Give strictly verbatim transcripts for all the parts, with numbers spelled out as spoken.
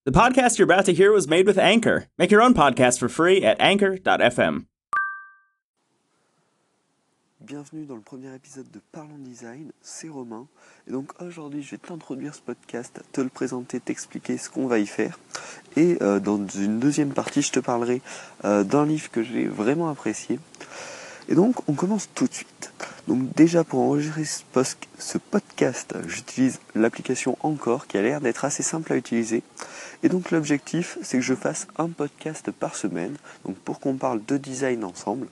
The podcast you're about to hear was made with Anchor. Make your own podcast for free at anchor dot f m. Bienvenue dans le premier épisode de Parlons Design, c'est Romain. Et donc aujourd'hui je vais t'introduire ce podcast, te le présenter, t'expliquer ce qu'on va y faire. Et euh, dans une deuxième partie je te parlerai euh, d'un livre que j'ai vraiment apprécié. Et donc on commence tout de suite. Donc déjà pour enregistrer ce, post- ce podcast, j'utilise l'application Encore qui a l'air d'être assez simple à utiliser. Et donc l'objectif c'est que je fasse un podcast par semaine, donc pour qu'on parle de design ensemble.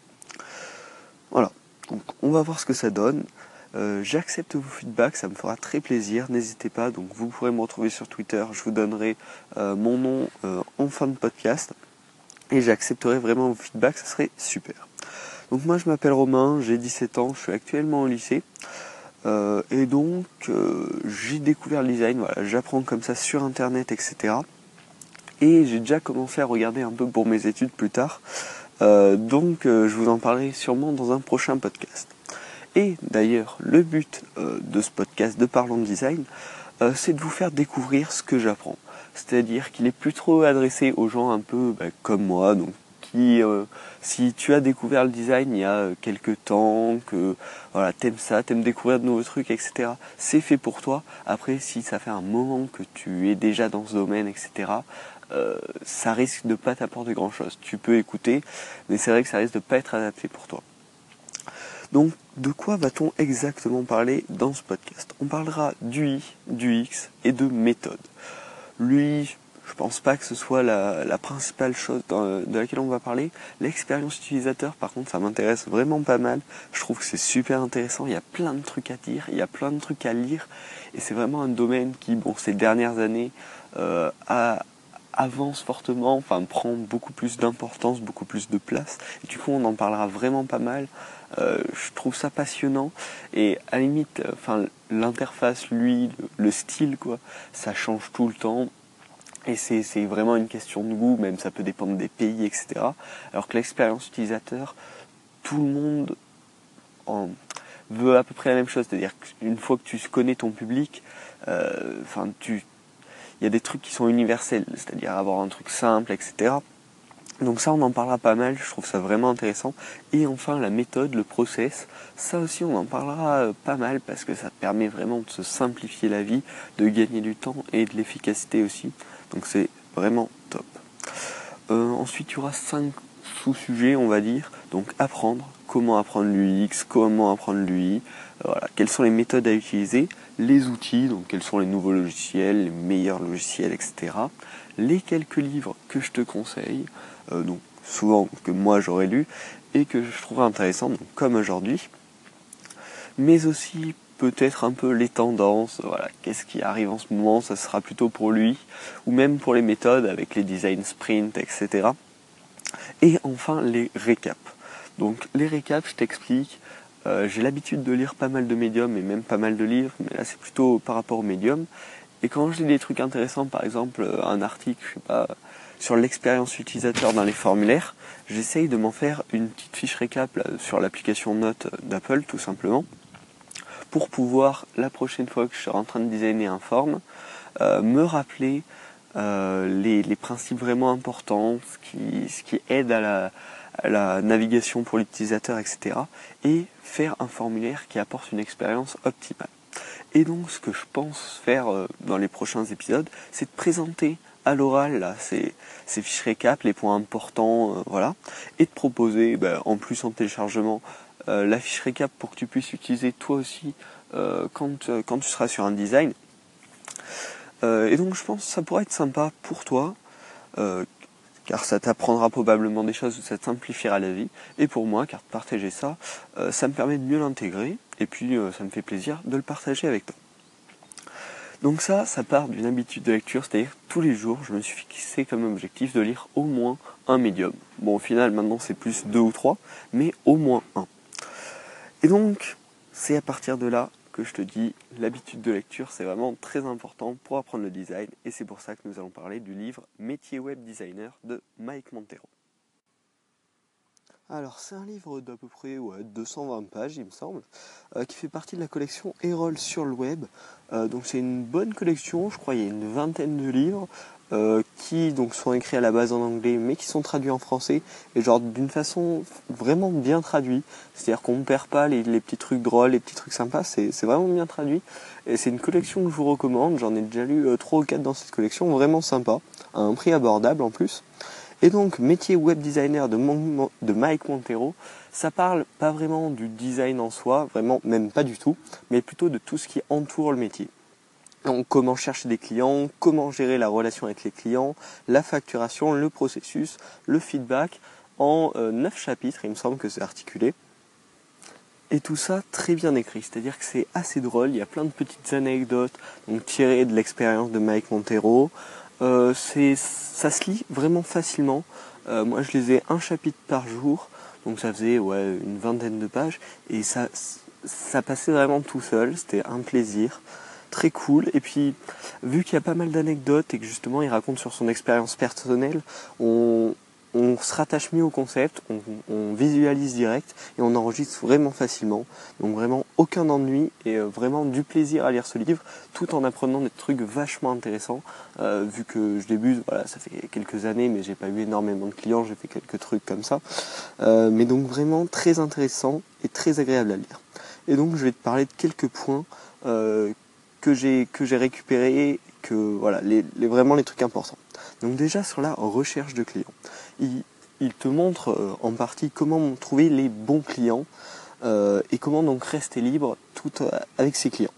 Voilà, donc on va voir ce que ça donne. Euh, j'accepte vos feedbacks, ça me fera très plaisir, n'hésitez pas. Donc vous pourrez me retrouver sur Twitter, je vous donnerai euh, mon nom euh, en fin de podcast. Et j'accepterai vraiment vos feedbacks, ça serait super. Donc moi je m'appelle Romain, j'ai dix-sept ans, je suis actuellement au lycée. Euh, et donc euh, j'ai découvert le design, voilà, j'apprends comme ça sur internet, et cetera. Et j'ai déjà commencé à regarder un peu pour mes études plus tard. Euh, donc euh, je vous en parlerai sûrement dans un prochain podcast. Et d'ailleurs, le but euh, de ce podcast de Parlons Design, euh, c'est de vous faire découvrir ce que j'apprends. C'est-à-dire qu'il est plus trop adressé aux gens un peu bah, comme moi, donc qui, euh, si tu as découvert le design il y a quelques temps, que voilà, t'aimes ça, t'aimes découvrir de nouveaux trucs, et cetera. C'est fait pour toi. Après, si ça fait un moment que tu es déjà dans ce domaine, et cetera. Euh, ça risque de pas t'apporter grand chose. Tu peux écouter, mais c'est vrai que ça risque de pas être adapté pour toi. Donc, de quoi va-t-on exactement parler dans ce podcast ? On parlera d'U I, d'U X et de méthode. L'U I, je pense pas que ce soit la, la principale chose dans, de laquelle on va parler. L'expérience utilisateur, par contre, ça m'intéresse vraiment pas mal. Je trouve que c'est super intéressant. Il y a plein de trucs à dire, il y a plein de trucs à lire. Et c'est vraiment un domaine qui, bon, ces dernières années, euh, a avance fortement, enfin prend beaucoup plus d'importance, beaucoup plus de place. Et du coup, on en parlera vraiment pas mal. Euh, je trouve ça passionnant et à la limite, enfin l'interface, lui, le, le style, quoi, ça change tout le temps. Et c'est, c'est vraiment une question de goût, même ça peut dépendre des pays, et cetera. Alors que l'expérience utilisateur, tout le monde en veut à peu près la même chose. C'est-à-dire qu'une fois que tu connais ton public, euh, enfin tu il y a des trucs qui sont universels, c'est-à-dire avoir un truc simple, et cetera. Donc ça, on en parlera pas mal, je trouve ça vraiment intéressant. Et enfin, la méthode, le process, ça aussi, on en parlera pas mal parce que ça permet vraiment de se simplifier la vie, de gagner du temps et de l'efficacité aussi. Donc c'est vraiment top. Euh, ensuite, il y aura cinq sous-sujets, on va dire. Donc apprendre, comment apprendre l'U X, comment apprendre l'U I, voilà, quelles sont les méthodes à utiliser, les outils, donc quels sont les nouveaux logiciels, les meilleurs logiciels, et cetera. Les quelques livres que je te conseille, euh, donc souvent que moi j'aurais lu et que je trouverais intéressant, donc comme aujourd'hui, mais aussi peut-être un peu les tendances, voilà, qu'est-ce qui arrive en ce moment, ça sera plutôt pour lui, ou même pour les méthodes avec les design sprint, et cetera. Et enfin les récaps. Donc les récaps, je t'explique, euh, j'ai l'habitude de lire pas mal de médiums et même pas mal de livres, mais là c'est plutôt par rapport aux médiums. Et quand je lis des trucs intéressants, par exemple un article, je sais pas, sur l'expérience utilisateur dans les formulaires, j'essaye de m'en faire une petite fiche récap là, sur l'application Notes d'Apple tout simplement, pour pouvoir, la prochaine fois que je serai en train de designer un form, euh, me rappeler euh, les, les principes vraiment importants, ce qui, ce qui aide à la, à la navigation pour l'utilisateur, et cetera. Et faire un formulaire qui apporte une expérience optimale. Et donc ce que je pense faire euh, dans les prochains épisodes, c'est de présenter à l'oral là, ces, ces fiches récap, les points importants, euh, voilà, et de proposer, bah, en plus en téléchargement, euh, la fiche récap pour que tu puisses utiliser toi aussi euh, quand, euh, quand tu seras sur un design. Euh, et donc je pense que ça pourrait être sympa pour toi, euh, car ça t'apprendra probablement des choses, ça te simplifiera la vie, et pour moi, car partager ça, euh, ça me permet de mieux l'intégrer, et puis euh, ça me fait plaisir de le partager avec toi. Donc ça, ça part d'une habitude de lecture, c'est-à-dire tous les jours, je me suis fixé comme objectif de lire au moins un médium. Bon, au final, maintenant c'est plus deux ou trois, mais au moins un. Et donc, c'est à partir de là que je te dis, l'habitude de lecture, c'est vraiment très important pour apprendre le design, et c'est pour ça que nous allons parler du livre Métier Web Designer de Mike Montero. Alors, c'est un livre d'à peu près ouais, deux cent vingt pages, il me semble, euh, qui fait partie de la collection Erol sur le web. Euh, donc, c'est une bonne collection, je crois il y a une vingtaine de livres euh, qui donc sont écrits à la base en anglais, mais qui sont traduits en français et genre d'une façon vraiment bien traduite. C'est-à-dire qu'on ne perd pas les, les petits trucs drôles, les petits trucs sympas. C'est, c'est vraiment bien traduit. Et c'est une collection que je vous recommande. J'en ai déjà lu euh, trois ou quatre dans cette collection, vraiment sympa, à un prix abordable en plus. Et donc, métier web designer de, Mon- de Mike Montero, ça parle pas vraiment du design en soi, vraiment même pas du tout, mais plutôt de tout ce qui entoure le métier. Donc, comment chercher des clients, comment gérer la relation avec les clients, la facturation, le processus, le feedback, en euh, neuf chapitres, il me semble que c'est articulé. Et tout ça très bien écrit, c'est-à-dire que c'est assez drôle, il y a plein de petites anecdotes donc tirées de l'expérience de Mike Montero. Euh, c'est, ça se lit vraiment facilement. Euh, moi je lisais un chapitre par jour, donc ça faisait ouais, une vingtaine de pages, et ça, ça passait vraiment tout seul, c'était un plaisir, très cool. Et puis vu qu'il y a pas mal d'anecdotes et que justement il raconte sur son expérience personnelle, on, on se rattache mieux au concept, on, on visualise direct et on enregistre vraiment facilement. Donc vraiment aucun ennui et euh, vraiment du plaisir à lire ce livre tout en apprenant des trucs vachement intéressants. Euh, vu que je débute, voilà, ça fait quelques années mais j'ai pas eu énormément de clients, j'ai fait quelques trucs comme ça. Euh, mais donc vraiment très intéressant et très agréable à lire. Et donc je vais te parler de quelques points euh, que j'ai que j'ai récupérés, que voilà, les, les, vraiment les trucs importants. Donc déjà sur la recherche de clients. Il, il te montre euh, en partie comment trouver les bons clients euh, et comment donc rester libre tout euh, avec ses clients.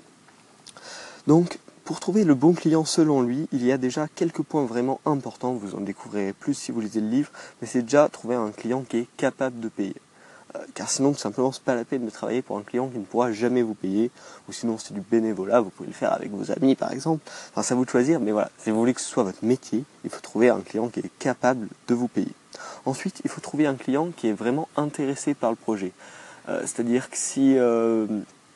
Donc pour trouver le bon client selon lui, il y a déjà quelques points vraiment importants, vous en découvrirez plus si vous lisez le livre, mais c'est déjà trouver un client qui est capable de payer. Euh, car sinon tout simplement c'est pas la peine de travailler pour un client qui ne pourra jamais vous payer, ou sinon c'est du bénévolat, vous pouvez le faire avec vos amis par exemple, enfin c'est à vous de choisir, mais voilà, si vous voulez que ce soit votre métier, il faut trouver un client qui est capable de vous payer. Ensuite, il faut trouver un client qui est vraiment intéressé par le projet. Euh, c'est-à-dire que si euh,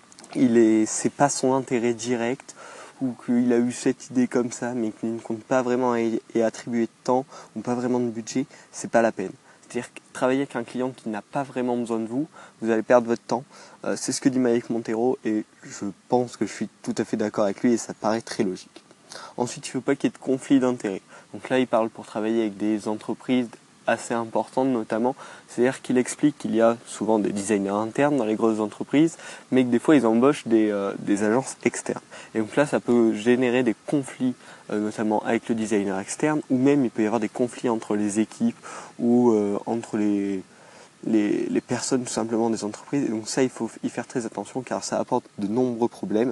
il est, c'est pas son intérêt direct, ou qu'il a eu cette idée comme ça, mais qu'il ne compte pas vraiment et attribuer de temps, ou pas vraiment de budget, c'est pas la peine. C'est-à-dire que travailler avec un client qui n'a pas vraiment besoin de vous, vous allez perdre votre temps. Euh, c'est ce que dit Mike Montero, et je pense que je suis tout à fait d'accord avec lui, et ça paraît très logique. Ensuite, il ne faut pas qu'il y ait de conflit d'intérêts. Donc là, il parle pour travailler avec des entreprises assez importantes notamment. C'est-à-dire qu'il explique qu'il y a souvent des designers internes dans les grosses entreprises, mais que des fois, ils embauchent des, euh, des agences externes. Et donc là, ça peut générer des conflits, euh, notamment avec le designer externe, ou même il peut y avoir des conflits entre les équipes ou euh, entre les, les, les personnes tout simplement des entreprises. Et donc ça, il faut y faire très attention car ça apporte de nombreux problèmes.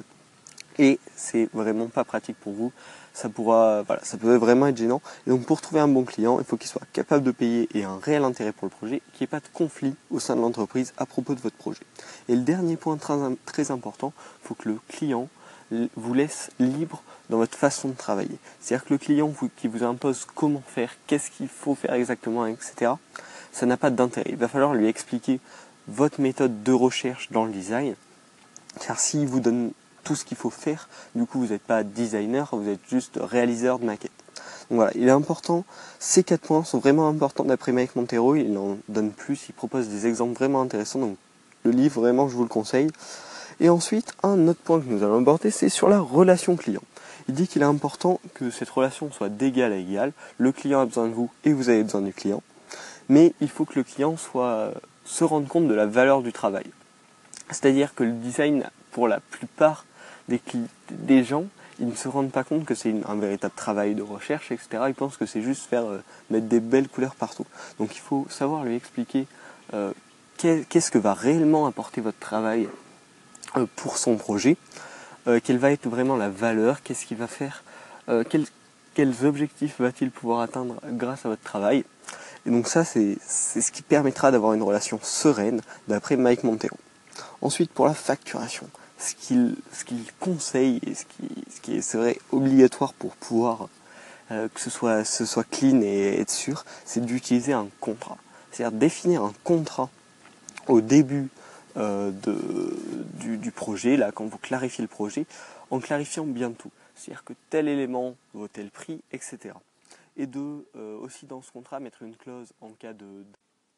Et c'est vraiment pas pratique pour vous. Ça pourra, voilà, ça peut vraiment être gênant. Et donc pour trouver un bon client, il faut qu'il soit capable de payer et un réel intérêt pour le projet, qu'il n'y ait pas de conflit au sein de l'entreprise à propos de votre projet. Et le dernier point très, très important, il faut que le client vous laisse libre dans votre façon de travailler. C'est-à-dire que le client vous, qui vous impose comment faire, qu'est-ce qu'il faut faire exactement, et cetera, ça n'a pas d'intérêt. Il va falloir lui expliquer votre méthode de recherche dans le design, car s'il vous donne tout ce qu'il faut faire, du coup vous n'êtes pas designer, vous êtes juste réaliseur de maquettes. Donc voilà, il est important, ces quatre points sont vraiment importants d'après Mike Montero, il en donne plus, il propose des exemples vraiment intéressants, donc le livre vraiment je vous le conseille. Et ensuite, un autre point que nous allons aborder, c'est sur la relation client. Il dit qu'il est important que cette relation soit d'égal à égal, le client a besoin de vous et vous avez besoin du client, mais il faut que le client soit, se rende compte de la valeur du travail. C'est-à-dire que le design, pour la plupart des, des gens, ils ne se rendent pas compte que c'est une, un véritable travail de recherche, et cetera. Ils pensent que c'est juste faire euh, mettre des belles couleurs partout. Donc il faut savoir lui expliquer euh, qu'est-ce que va réellement apporter votre travail euh, pour son projet, euh, quelle va être vraiment la valeur, qu'est-ce qu'il va faire, euh, quel, quels objectifs va-t-il pouvoir atteindre grâce à votre travail. Et donc ça, c'est, c'est ce qui permettra d'avoir une relation sereine, d'après Mike Montero. Ensuite, pour la facturation, ce qu'il, ce qu'il conseille et ce qui, ce qui serait obligatoire pour pouvoir euh, que ce soit, ce soit clean et être sûr, c'est d'utiliser un contrat. C'est-à-dire définir un contrat au début euh, de, du, du projet, là, quand vous clarifiez le projet, en clarifiant bien tout. C'est-à-dire que tel élément vaut tel prix, et cetera. Et de euh, aussi dans ce contrat mettre une clause en cas de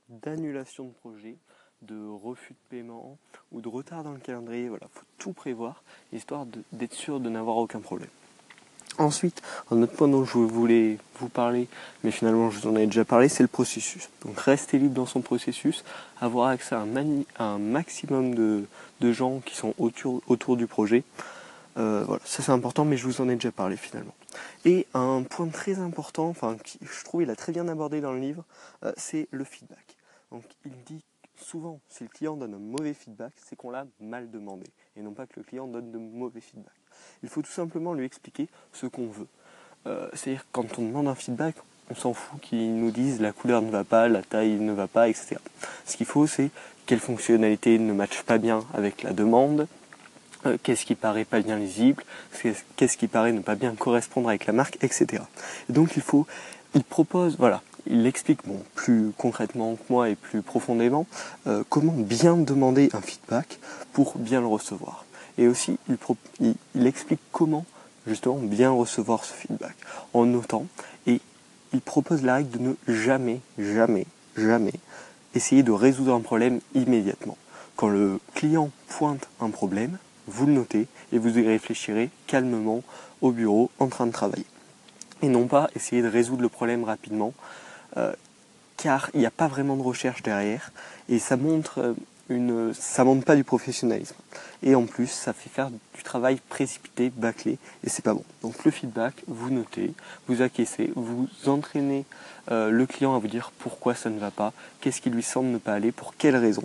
d'annulation de projet, de refus de paiement ou de retard dans le calendrier. Voilà, faut tout prévoir, histoire de, d'être sûr de n'avoir aucun problème. Ensuite, un autre point dont je voulais vous parler, mais finalement je vous en ai déjà parlé, c'est le processus. Donc rester libre dans son processus, avoir accès à un, mani- à un maximum de, de gens qui sont autour, autour du projet. Euh, voilà, ça c'est important, mais je vous en ai déjà parlé finalement. Et un point très important, enfin, qui, je trouve il a très bien abordé dans le livre, euh, c'est le feedback. Donc il dit souvent, si le client donne un mauvais feedback, c'est qu'on l'a mal demandé, et non pas que le client donne de mauvais feedback. Il faut tout simplement lui expliquer ce qu'on veut. Euh, c'est-à-dire quand on demande un feedback, on s'en fout qu'ils nous disent la couleur ne va pas, la taille ne va pas, et cetera. Ce qu'il faut, c'est quelle fonctionnalité ne matche pas bien avec la demande, euh, qu'est-ce qui paraît pas bien lisible, qu'est-ce qui paraît ne pas bien correspondre avec la marque, et cetera. Et donc il faut, il propose, voilà, il explique bon, plus concrètement que moi et plus profondément euh, comment bien demander un feedback pour bien le recevoir. Et aussi, il, pro- il, il explique comment justement bien recevoir ce feedback en notant, et il propose la règle de ne jamais, jamais, jamais essayer de résoudre un problème immédiatement. Quand le client pointe un problème, vous le notez et vous y réfléchirez calmement au bureau en train de travailler. Et non pas essayer de résoudre le problème rapidement, euh, car il n'y a pas vraiment de recherche derrière et ça montre euh, une, ça montre pas du professionnalisme. Et en plus, ça fait faire du travail précipité, bâclé, et c'est pas bon. Donc le feedback, vous notez, vous acquiescez, vous entraînez euh, le client à vous dire pourquoi ça ne va pas, qu'est-ce qui lui semble ne pas aller, pour quelles raisons.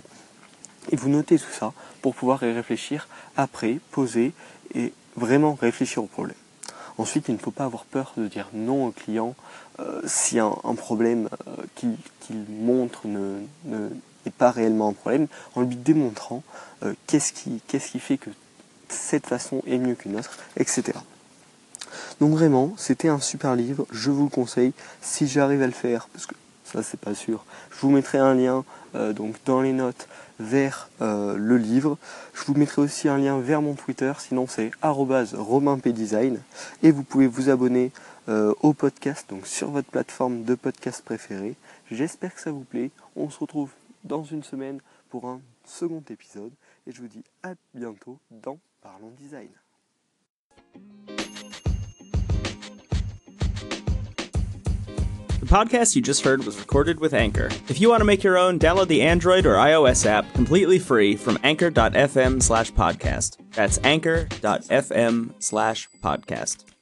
Et vous notez tout ça pour pouvoir y réfléchir après, poser et vraiment réfléchir au problème. Ensuite, il ne faut pas avoir peur de dire non au client euh, si un, un problème euh, qu'il, qu'il montre ne, ne, n'est pas réellement un problème, en lui démontrant euh, qu'est-ce qui, qu'est-ce qui fait que cette façon est mieux qu'une autre, et cetera. Donc vraiment, c'était un super livre, je vous le conseille, si j'arrive à le faire, parce que ça c'est pas sûr, je vous mettrai un lien euh, donc dans les notes vers euh, le livre. Je vous mettrai aussi un lien vers mon Twitter, sinon c'est arobase romainpdesign, et vous pouvez vous abonner euh, au podcast, donc sur votre plateforme de podcast préférée. J'espère que ça vous plaît, on se retrouve dans une semaine pour un second épisode, et je vous dis à bientôt dans Parlons Design. The podcast you just heard was recorded with Anchor. If you want to make your own, download the Android or iOS app completely free from anchor dot f m slash podcast. That's anchor dot f m slash podcast.